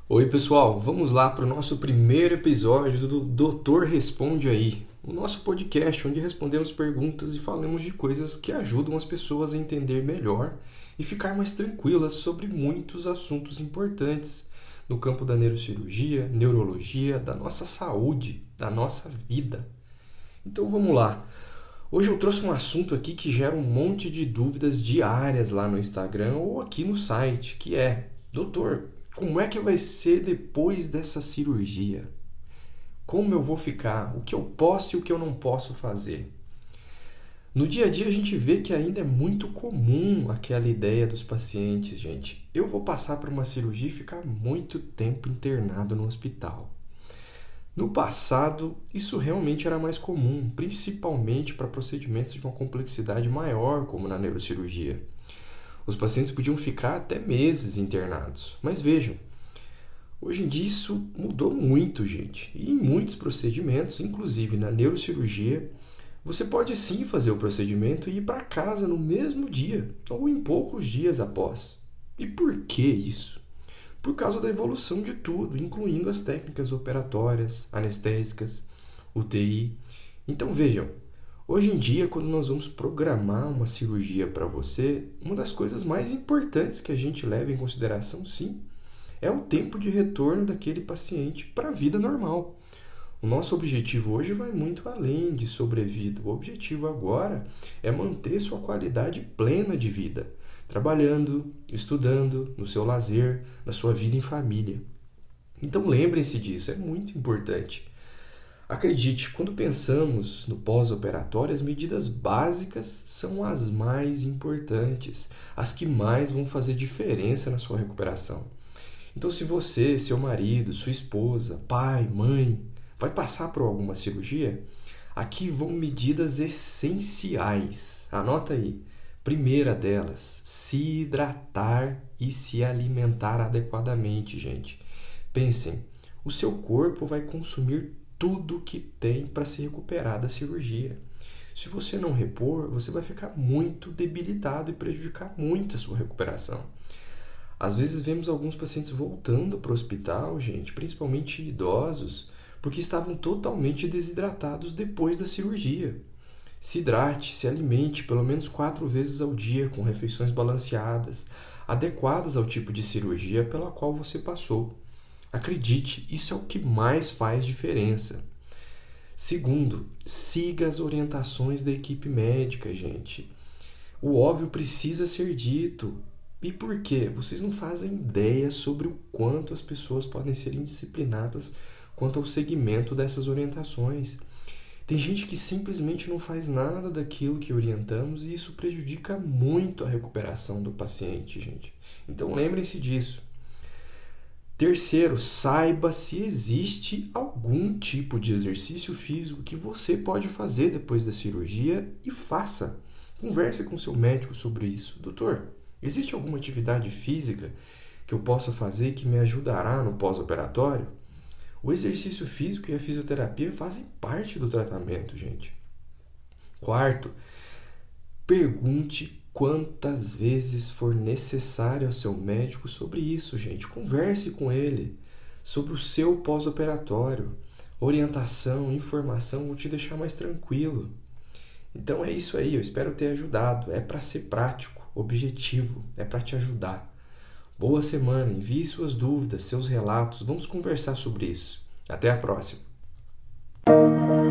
Oi pessoal, vamos lá para o nosso primeiro episódio do Doutor Responde Aí, o nosso podcast onde respondemos perguntas e falamos de coisas que ajudam as pessoas a entender melhor e ficar mais tranquilas sobre muitos assuntos importantes no campo da neurocirurgia, neurologia, da nossa saúde, da nossa vida. Então vamos lá. Hoje eu trouxe um assunto aqui que gera um monte de dúvidas diárias lá no Instagram ou aqui no site, que é: doutor, como é que vai ser depois dessa cirurgia? Como eu vou ficar? O que eu posso e o que eu não posso fazer? No dia a dia a gente vê que ainda é muito comum aquela ideia dos pacientes, gente. Eu vou passar por uma cirurgia e ficar muito tempo internado no hospital. No passado, isso realmente era mais comum, principalmente para procedimentos de uma complexidade maior, como na neurocirurgia. Os pacientes podiam ficar até meses internados. Mas vejam, hoje em dia isso mudou muito, gente. E em muitos procedimentos, inclusive na neurocirurgia, você pode sim fazer o procedimento e ir para casa no mesmo dia, ou em poucos dias após. E por que isso? Por causa da evolução de tudo, incluindo as técnicas operatórias, anestésicas, UTI. Então vejam, hoje em dia, quando nós vamos programar uma cirurgia para você, uma das coisas mais importantes que a gente leva em consideração, sim, é o tempo de retorno daquele paciente para a vida normal. O nosso objetivo hoje vai muito além de sobrevida. O objetivo agora é manter sua qualidade plena de vida, trabalhando, estudando, no seu lazer, na sua vida em família. Então lembrem-se disso, é muito importante. Acredite, quando pensamos no pós-operatório, as medidas básicas são as mais importantes, as que mais vão fazer diferença na sua recuperação. Então, se você, seu marido, sua esposa, pai, mãe, vai passar por alguma cirurgia, aqui vão medidas essenciais. Anota aí. Primeira delas, se hidratar e se alimentar adequadamente, gente. Pensem, o seu corpo vai consumir tudo que tem para se recuperar da cirurgia. Se você não repor, você vai ficar muito debilitado e prejudicar muito a sua recuperação. Às vezes vemos alguns pacientes voltando para o hospital, gente, principalmente idosos, porque estavam totalmente desidratados depois da cirurgia. Se hidrate, se alimente pelo menos 4 vezes ao dia com refeições balanceadas, adequadas ao tipo de cirurgia pela qual você passou. Acredite, isso é o que mais faz diferença. Segundo, siga as orientações da equipe médica, gente. O óbvio precisa ser dito. E por quê? Vocês não fazem ideia sobre o quanto as pessoas podem ser indisciplinadas quanto ao seguimento dessas orientações. Tem gente que simplesmente não faz nada daquilo que orientamos e isso prejudica muito a recuperação do paciente, gente. Então lembrem-se disso. Terceiro, saiba se existe algum tipo de exercício físico que você pode fazer depois da cirurgia e faça. Converse com seu médico sobre isso. Doutor, existe alguma atividade física que eu possa fazer que me ajudará no pós-operatório? O exercício físico e a fisioterapia fazem parte do tratamento, gente. Quarto, pergunte quantas vezes for necessário ao seu médico sobre isso, gente. Converse com ele sobre o seu pós-operatório. Orientação, informação vão te deixar mais tranquilo. Então é isso aí, eu espero ter ajudado. É para ser prático, objetivo, é para te ajudar. Boa semana, envie suas dúvidas, seus relatos, vamos conversar sobre isso. Até a próxima!